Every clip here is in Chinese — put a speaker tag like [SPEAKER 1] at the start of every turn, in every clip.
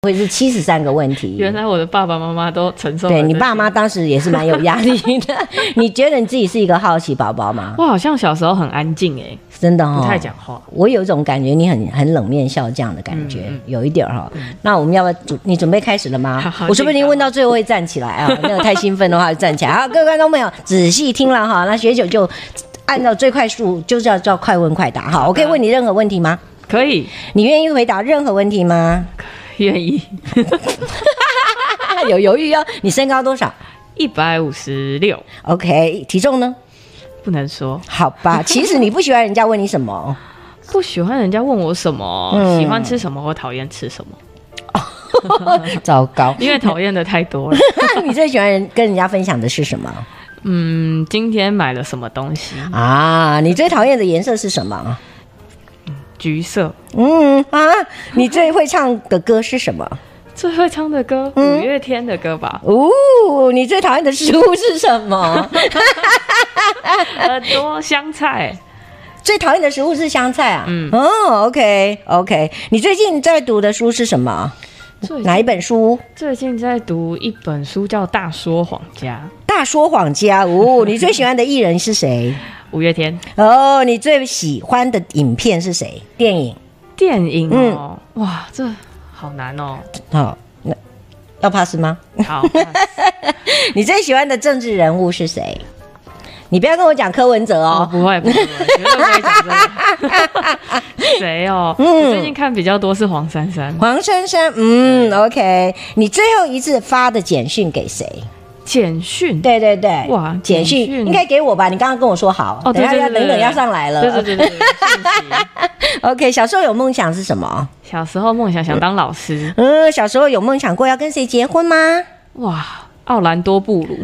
[SPEAKER 1] 会是73个问题。
[SPEAKER 2] 原来我的爸爸妈妈都承受了。
[SPEAKER 1] 对，你爸妈当时也是蛮有压力的。你觉得你自己是一个好奇宝宝吗？
[SPEAKER 2] 我好像小时候很安静
[SPEAKER 1] 真的
[SPEAKER 2] 不太讲话。
[SPEAKER 1] 我有一种感觉，你很冷面笑匠的感觉，有一点那我们要不要你准备开始了吗？
[SPEAKER 2] 好，
[SPEAKER 1] 我说不定问到最后会站起来啊，那个太兴奋的话就站起来。好，各位观众朋友仔细听了哈，那学姐就按照最快速，就是要叫快问快答哈。我可以问你任何问题吗？
[SPEAKER 2] 可以。
[SPEAKER 1] 你愿意回答任何问题吗？
[SPEAKER 2] 愿意。
[SPEAKER 1] 有犹豫哦。你身高多少
[SPEAKER 2] ？156。
[SPEAKER 1] OK， 体重呢？
[SPEAKER 2] 不能说。
[SPEAKER 1] 好吧，其实你不喜欢人家问你什么？
[SPEAKER 2] 不喜欢人家问我什么，喜欢吃什么或讨厌吃什么。
[SPEAKER 1] 糟糕，
[SPEAKER 2] 因为讨厌的太多了。
[SPEAKER 1] 你最喜欢跟人家分享的是什么？
[SPEAKER 2] 今天买了什么东西
[SPEAKER 1] 啊？你最讨厌的颜色是什么？
[SPEAKER 2] 橘色。
[SPEAKER 1] 你最会唱的歌是什么？
[SPEAKER 2] 最会唱的歌，5月天的歌吧。
[SPEAKER 1] 你最讨厌的食物是什么？
[SPEAKER 2] 耳朵香菜。
[SPEAKER 1] 最讨厌的食物是香菜啊。OK， 你最近在读的书是什么？哪一本书？
[SPEAKER 2] 最近在读一本书叫《大说谎家》。
[SPEAKER 1] 大说谎家。你最喜欢的艺人是谁
[SPEAKER 2] ？5月天。
[SPEAKER 1] 你最喜欢的影片是谁？电影
[SPEAKER 2] 哇，这好难哦。
[SPEAKER 1] 好，那要 pass 吗？
[SPEAKER 2] 好pass。
[SPEAKER 1] 你最喜欢的政治人物是谁？你不要跟我讲柯文哲哦。
[SPEAKER 2] 不会，绝对不会讲这个。谁哦？我最近看比较多是黄珊珊。
[SPEAKER 1] OK。你最后一次发的简讯给谁？
[SPEAKER 2] 简讯？
[SPEAKER 1] 对。
[SPEAKER 2] 哇，
[SPEAKER 1] 简讯应该给我吧？你刚刚跟我说好。
[SPEAKER 2] 对，
[SPEAKER 1] 等要上来了。
[SPEAKER 2] 对。
[SPEAKER 1] OK， 小时候有梦想是什么？
[SPEAKER 2] 小时候梦想想当老师。
[SPEAKER 1] 小时候有梦想过要跟谁结婚吗？
[SPEAKER 2] 哇，奥兰多布鲁。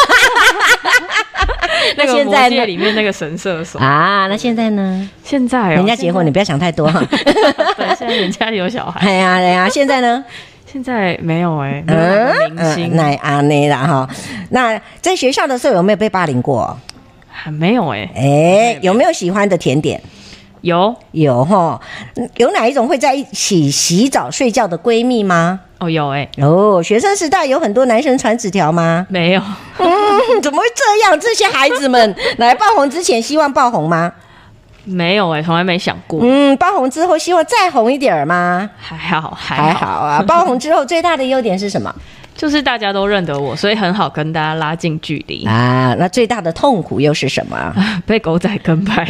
[SPEAKER 2] 那个魔戒里面那个神射手
[SPEAKER 1] 啊。那现在呢？
[SPEAKER 2] 现在
[SPEAKER 1] 人家结婚，你不要想太多哈。
[SPEAKER 2] 对，现在人家有小孩。
[SPEAKER 1] 哎呀，现在呢？
[SPEAKER 2] 现在没有没有明星。
[SPEAKER 1] 那啦哈。那在学校的时候有没有被霸凌过？
[SPEAKER 2] 没有
[SPEAKER 1] 有没有喜欢的甜点？
[SPEAKER 2] 有
[SPEAKER 1] 哈。有哪一种会在一起洗澡睡觉的闺蜜吗？
[SPEAKER 2] 有
[SPEAKER 1] 学生时代有很多男生传纸条吗？
[SPEAKER 2] 没有。
[SPEAKER 1] 怎么会这样？这些孩子们来爆红之前希望爆红吗？
[SPEAKER 2] 没有从来没想过。
[SPEAKER 1] 爆红之后希望再红一点吗？
[SPEAKER 2] 还好
[SPEAKER 1] 啊。爆红之后最大的优点是什么？
[SPEAKER 2] 就是大家都认得我，所以很好跟大家拉近距离
[SPEAKER 1] 啊。那最大的痛苦又是什么？
[SPEAKER 2] 被狗仔跟拍。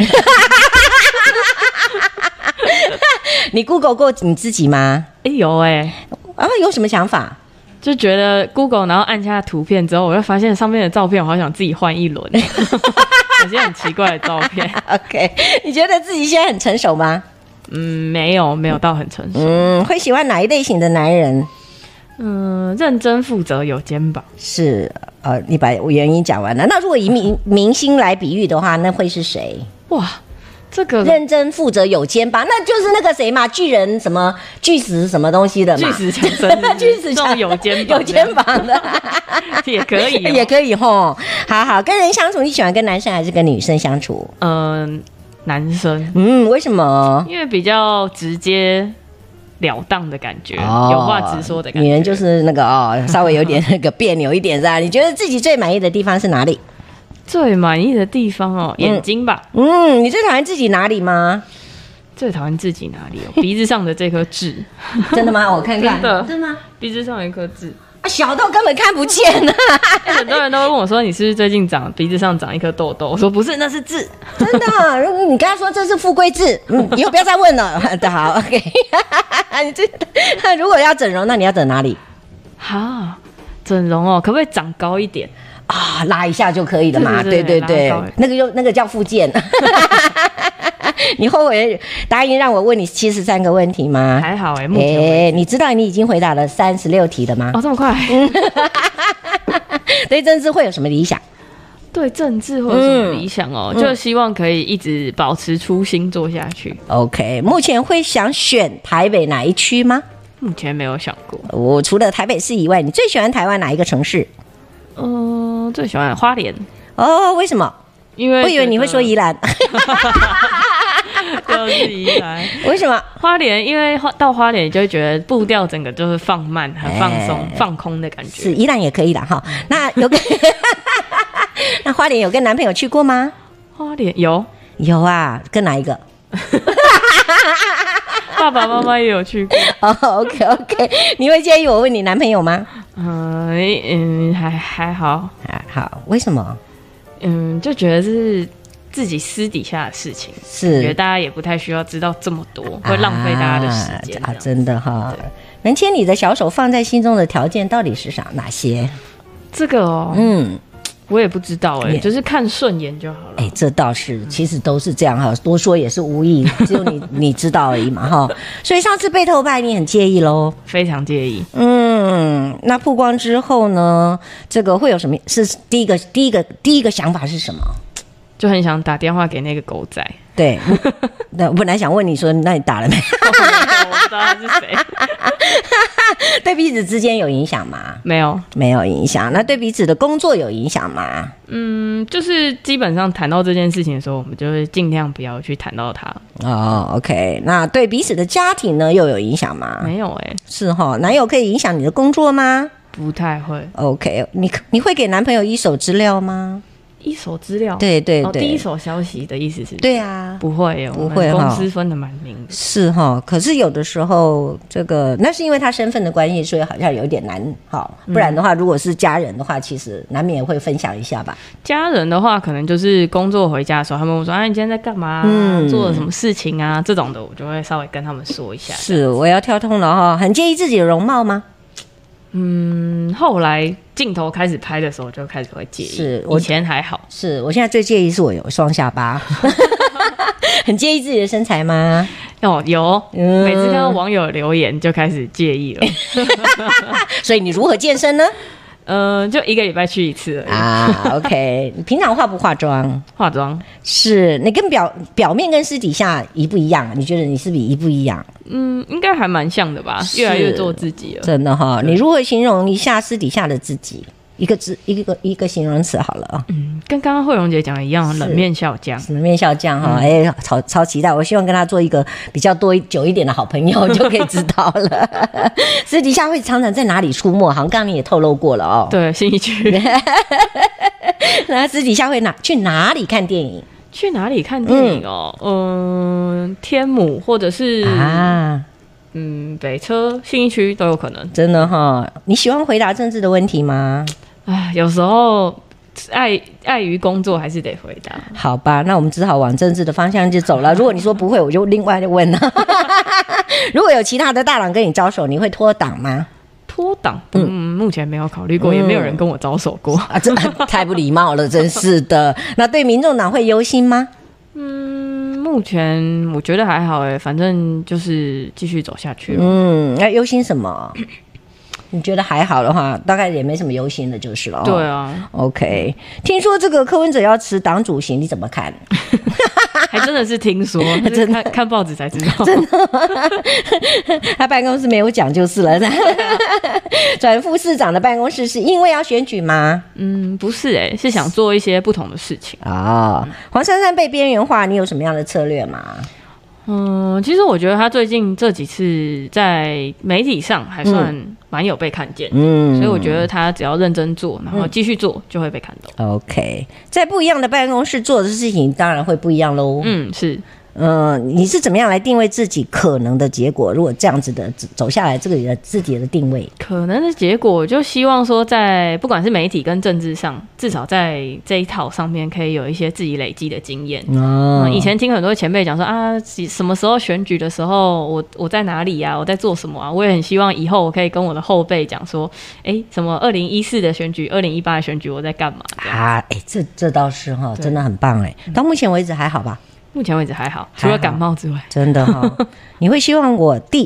[SPEAKER 1] 你 Google 过你自己吗？
[SPEAKER 2] 有
[SPEAKER 1] 有什么想法？
[SPEAKER 2] 就觉得 Google 然后按下图片之后，我就发现上面的照片我好想自己换一轮。有些很奇怪的照片。
[SPEAKER 1] OK， 你觉得自己现在很成熟吗？
[SPEAKER 2] 没有到很成熟。
[SPEAKER 1] 会喜欢哪一类型的男人？
[SPEAKER 2] 认真负责有肩膀。
[SPEAKER 1] 是你把原因讲完了。那如果以明星来比喻的话，那会是谁？
[SPEAKER 2] 哇，这个
[SPEAKER 1] 认真负责有肩膀，那就是那个谁嘛，巨人什么巨石什么东西的嘛，
[SPEAKER 2] 巨石强森。巨石强有肩
[SPEAKER 1] 膀的
[SPEAKER 2] 也可以
[SPEAKER 1] 也可以吼。好，跟人相处，你喜欢跟男生还是跟女生相处？
[SPEAKER 2] 男生。
[SPEAKER 1] 为什么？
[SPEAKER 2] 因为比较直接了当的感觉，有话直说的感觉。
[SPEAKER 1] 女人就是那个稍微有点那个别扭一点是吧？你觉得自己最满意的地方是哪里？
[SPEAKER 2] 最满意的地方眼睛吧。
[SPEAKER 1] 你最讨厌自己哪里吗？
[SPEAKER 2] 最讨厌自己哪里鼻子上的这颗痣。
[SPEAKER 1] 真的吗？我看看。
[SPEAKER 2] 真的吗？鼻子上有一颗痣。
[SPEAKER 1] 小到根本看不见啊。
[SPEAKER 2] 很多人都会问我说，你是不是最近鼻子上长一颗痘痘？我说不是，那是痣。
[SPEAKER 1] 真的。你跟他说这是富贵痣，以后不要再问了。好 OK。 如果要整容，那你要整哪里？
[SPEAKER 2] 整容可不可以长高一点？
[SPEAKER 1] 拉一下就可以了嘛。对，那个叫复健。你后悔答应让我问你73个问题吗？
[SPEAKER 2] 还好目前
[SPEAKER 1] 你知道你已经回答了36题了吗？
[SPEAKER 2] 这么快。
[SPEAKER 1] 对政治会有什么理想？
[SPEAKER 2] 对政治会有什么理想就希望可以一直保持初心做下去。
[SPEAKER 1] OK， 目前会想选台北哪一区吗？
[SPEAKER 2] 目前没有想过。
[SPEAKER 1] 我除了台北市以外，你最喜欢台湾哪一个城市？
[SPEAKER 2] 最喜欢花莲。
[SPEAKER 1] 为什么？
[SPEAKER 2] 因为
[SPEAKER 1] 我以为你会说宜兰。
[SPEAKER 2] 对， 就是宜兰。
[SPEAKER 1] 为什么？
[SPEAKER 2] 花莲，因为到花莲，你就会觉得步调整个就是放慢、很放松、放空的感觉。
[SPEAKER 1] 是宜兰也可以啦哈。那有跟那花莲有跟男朋友去过吗？
[SPEAKER 2] 花莲有
[SPEAKER 1] 啊，跟哪一个？
[SPEAKER 2] 爸爸妈妈也有去过。
[SPEAKER 1] OK， 你会介意我问你男朋友吗？
[SPEAKER 2] 还好，
[SPEAKER 1] 还好。为什么？
[SPEAKER 2] 就觉得是自己私底下的事情，觉得大家也不太需要知道这么多，会浪费大家的时间啊，
[SPEAKER 1] 真的哈。能牵你的小手放在心中的条件到底是哪些？
[SPEAKER 2] 这个我也不知道就是看顺眼就好了。
[SPEAKER 1] 这倒是，其实都是这样哈，多说也是无益，只有你知道而已嘛哈。所以上次被偷拍你很介意咯？
[SPEAKER 2] 非常介意。
[SPEAKER 1] 那曝光之后呢，这个会有什么？是第一个想法是什么？
[SPEAKER 2] 就很想打电话给那个狗仔。
[SPEAKER 1] 对，那我本来想问你说，那你打了没？
[SPEAKER 2] 我不知道他是谁。
[SPEAKER 1] 对彼此之间有影响吗？没有影响。那对彼此的工作有影响吗？
[SPEAKER 2] 就是基本上谈到这件事情的时候，我们就会尽量不要去谈到它。
[SPEAKER 1] OK。那对彼此的家庭呢，又有影响吗？
[SPEAKER 2] 没有
[SPEAKER 1] 是哈，男友可以影响你的工作吗？
[SPEAKER 2] 不太会。
[SPEAKER 1] OK， 你会给男朋友一手资料吗？
[SPEAKER 2] 一手资料，
[SPEAKER 1] 对，
[SPEAKER 2] 第一手消息的意思是？
[SPEAKER 1] 对啊，
[SPEAKER 2] 不会，我们公司分得蛮明的。
[SPEAKER 1] 是哈，可是有的时候那是因为他身份的关系，所以好像有点难不然的话，如果是家人的话，其实难免也会分享一下吧。
[SPEAKER 2] 家人的话，可能就是工作回家的时候，他们会说：“你今天在干嘛？做了什么事情啊？”这种的，我就会稍微跟他们说一下。
[SPEAKER 1] 是，我要跳通了哈。很介意自己的容貌吗？
[SPEAKER 2] 后来镜头开始拍的时候就开始会介意，以前还好。
[SPEAKER 1] 是我现在最介意是我有双下巴。很介意自己的身材吗？
[SPEAKER 2] 有，每次看到网友留言就开始介意了。
[SPEAKER 1] 所以你如何健身呢？
[SPEAKER 2] 就1个礼拜去1次而
[SPEAKER 1] 已。OK， 你平常化不化妆？
[SPEAKER 2] 化妆。
[SPEAKER 1] 是你跟表面跟私底下一不一样？你觉得你是不是一不一样？
[SPEAKER 2] 应该还蛮像的吧，越来越做自己了。
[SPEAKER 1] 真的哈，你如何形容一下私底下的自己？一个形容词好了。
[SPEAKER 2] 跟刚刚慧蓉姐讲的一样，冷面笑匠。
[SPEAKER 1] 冷面笑匠哈，超期待！我希望跟他做一个比较久一点的好朋友，就可以知道了。私底下会常常在哪里出没？好像刚刚你也透露过了哦。
[SPEAKER 2] 对，信义区。
[SPEAKER 1] 那私底下会去哪里看电影？
[SPEAKER 2] 去哪里看电影天母或者是北车、信义区都有可能。真的哈，你喜欢回答政治的问题吗？有时候碍于工作还是得回答。好吧，那我们只好往政治的方向就走了。如果你说不会，我就另外问了。如果有其他的大佬跟你招手，你会脱党吗？脱党？目前没有考虑过，也没有人跟我招手过。这太不礼貌了，真是的。那对民众党会忧心吗？目前我觉得还好反正就是继续走下去了。那忧心什么？你觉得还好的话，大概也没什么忧心的，就是了。对啊。OK， 听说这个柯文哲要辞党主席，你怎么看？还真的是听说，真的看报纸才知道。真的，他办公室没有讲就是了。转副市长的办公室是因为要选举吗？不是是想做一些不同的事情。黄珊珊被边缘化，你有什么样的策略吗？其实我觉得他最近这几次在媒体上还算蛮有被看见，所以我觉得他只要认真做，然后继续做，就会被看到。OK， 在不一样的办公室做的事情，当然会不一样喽。是。你是怎么样来定位自己可能的结果？如果这样子的走下来，这个自己的定位，可能的结果，就希望说在不管是媒体跟政治上，至少在这一套上面可以有一些自己累积的经验。以前听很多前辈讲说什么时候选举的时候，我在哪里啊？我在做什么啊？我也很希望以后我可以跟我的后辈讲说，什么2014的选举、2018的选举我在干嘛这倒是哈，真的很棒到目前为止还好吧？目前为止还好，除了感冒之外。真的哈，你会希望我第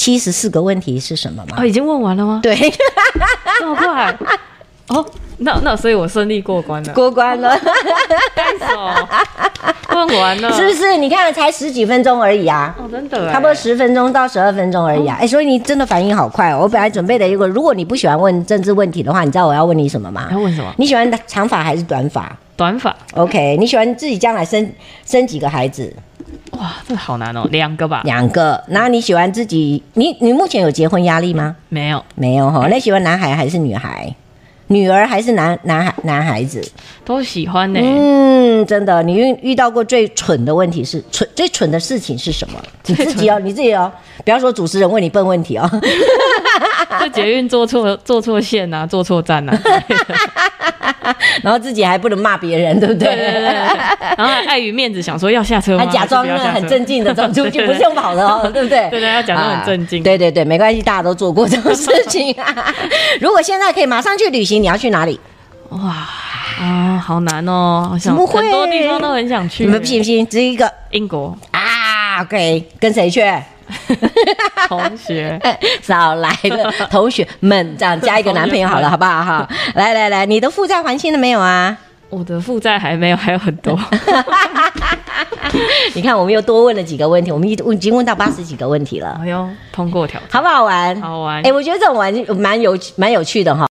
[SPEAKER 2] 74个问题是什么吗？已经问完了吗？对，这么快。那所以我顺利过关了。过关了，太爽，问完了，是不是？你看才10几分钟而已啊！真的，差不多10分钟到12分钟而已啊！所以你真的反应好快哦。我本来准备的一个，如果你不喜欢问政治问题的话，你知道我要问你什么吗？要问什么？你喜欢长发还是短发？短发。OK， 你喜欢自己将来生几个孩子？ 哇，这好难哦，2个吧。
[SPEAKER 1] 2个。那你喜欢自己？你目前有结婚压力吗？
[SPEAKER 2] 没有，
[SPEAKER 1] 没有哈。那喜欢男孩还是女孩？女儿还是男孩子？
[SPEAKER 2] 都喜欢呢。
[SPEAKER 1] 真的。你遇到过最蠢的问题是最蠢的事情是什么？你自己哦，不要说主持人问你笨问题哦。
[SPEAKER 2] 这捷运坐错线啊，坐错站啊。
[SPEAKER 1] 然后自己还不能骂别人，对不对？
[SPEAKER 2] 对。然后还碍于面子，想说要下车吗？
[SPEAKER 1] 还假装很镇静的走出去，不是用跑的哦，对不对？
[SPEAKER 2] 对，要假装很镇静。
[SPEAKER 1] 对，没关系，大家都做过这种事情啊。如果现在可以马上去旅行，你要去哪里？
[SPEAKER 2] 哇好难哦，
[SPEAKER 1] 怎么会？
[SPEAKER 2] 很多地方都很想去。
[SPEAKER 1] 你们信不信？只一个
[SPEAKER 2] 英国
[SPEAKER 1] 啊 ？OK， 跟谁去？
[SPEAKER 2] 同学，
[SPEAKER 1] 少来了，同学们，这样加一个男朋友好了，好不好哈？来，你的负债还清了没有啊？
[SPEAKER 2] 我的负债还没有，还有很多。
[SPEAKER 1] 你看，我们又多问了几个问题，我们已经问到80几个问题了。
[SPEAKER 2] 哎呦，通过挑战，
[SPEAKER 1] 好不好玩？
[SPEAKER 2] 好玩。
[SPEAKER 1] 我觉得这种玩蛮有趣的哈。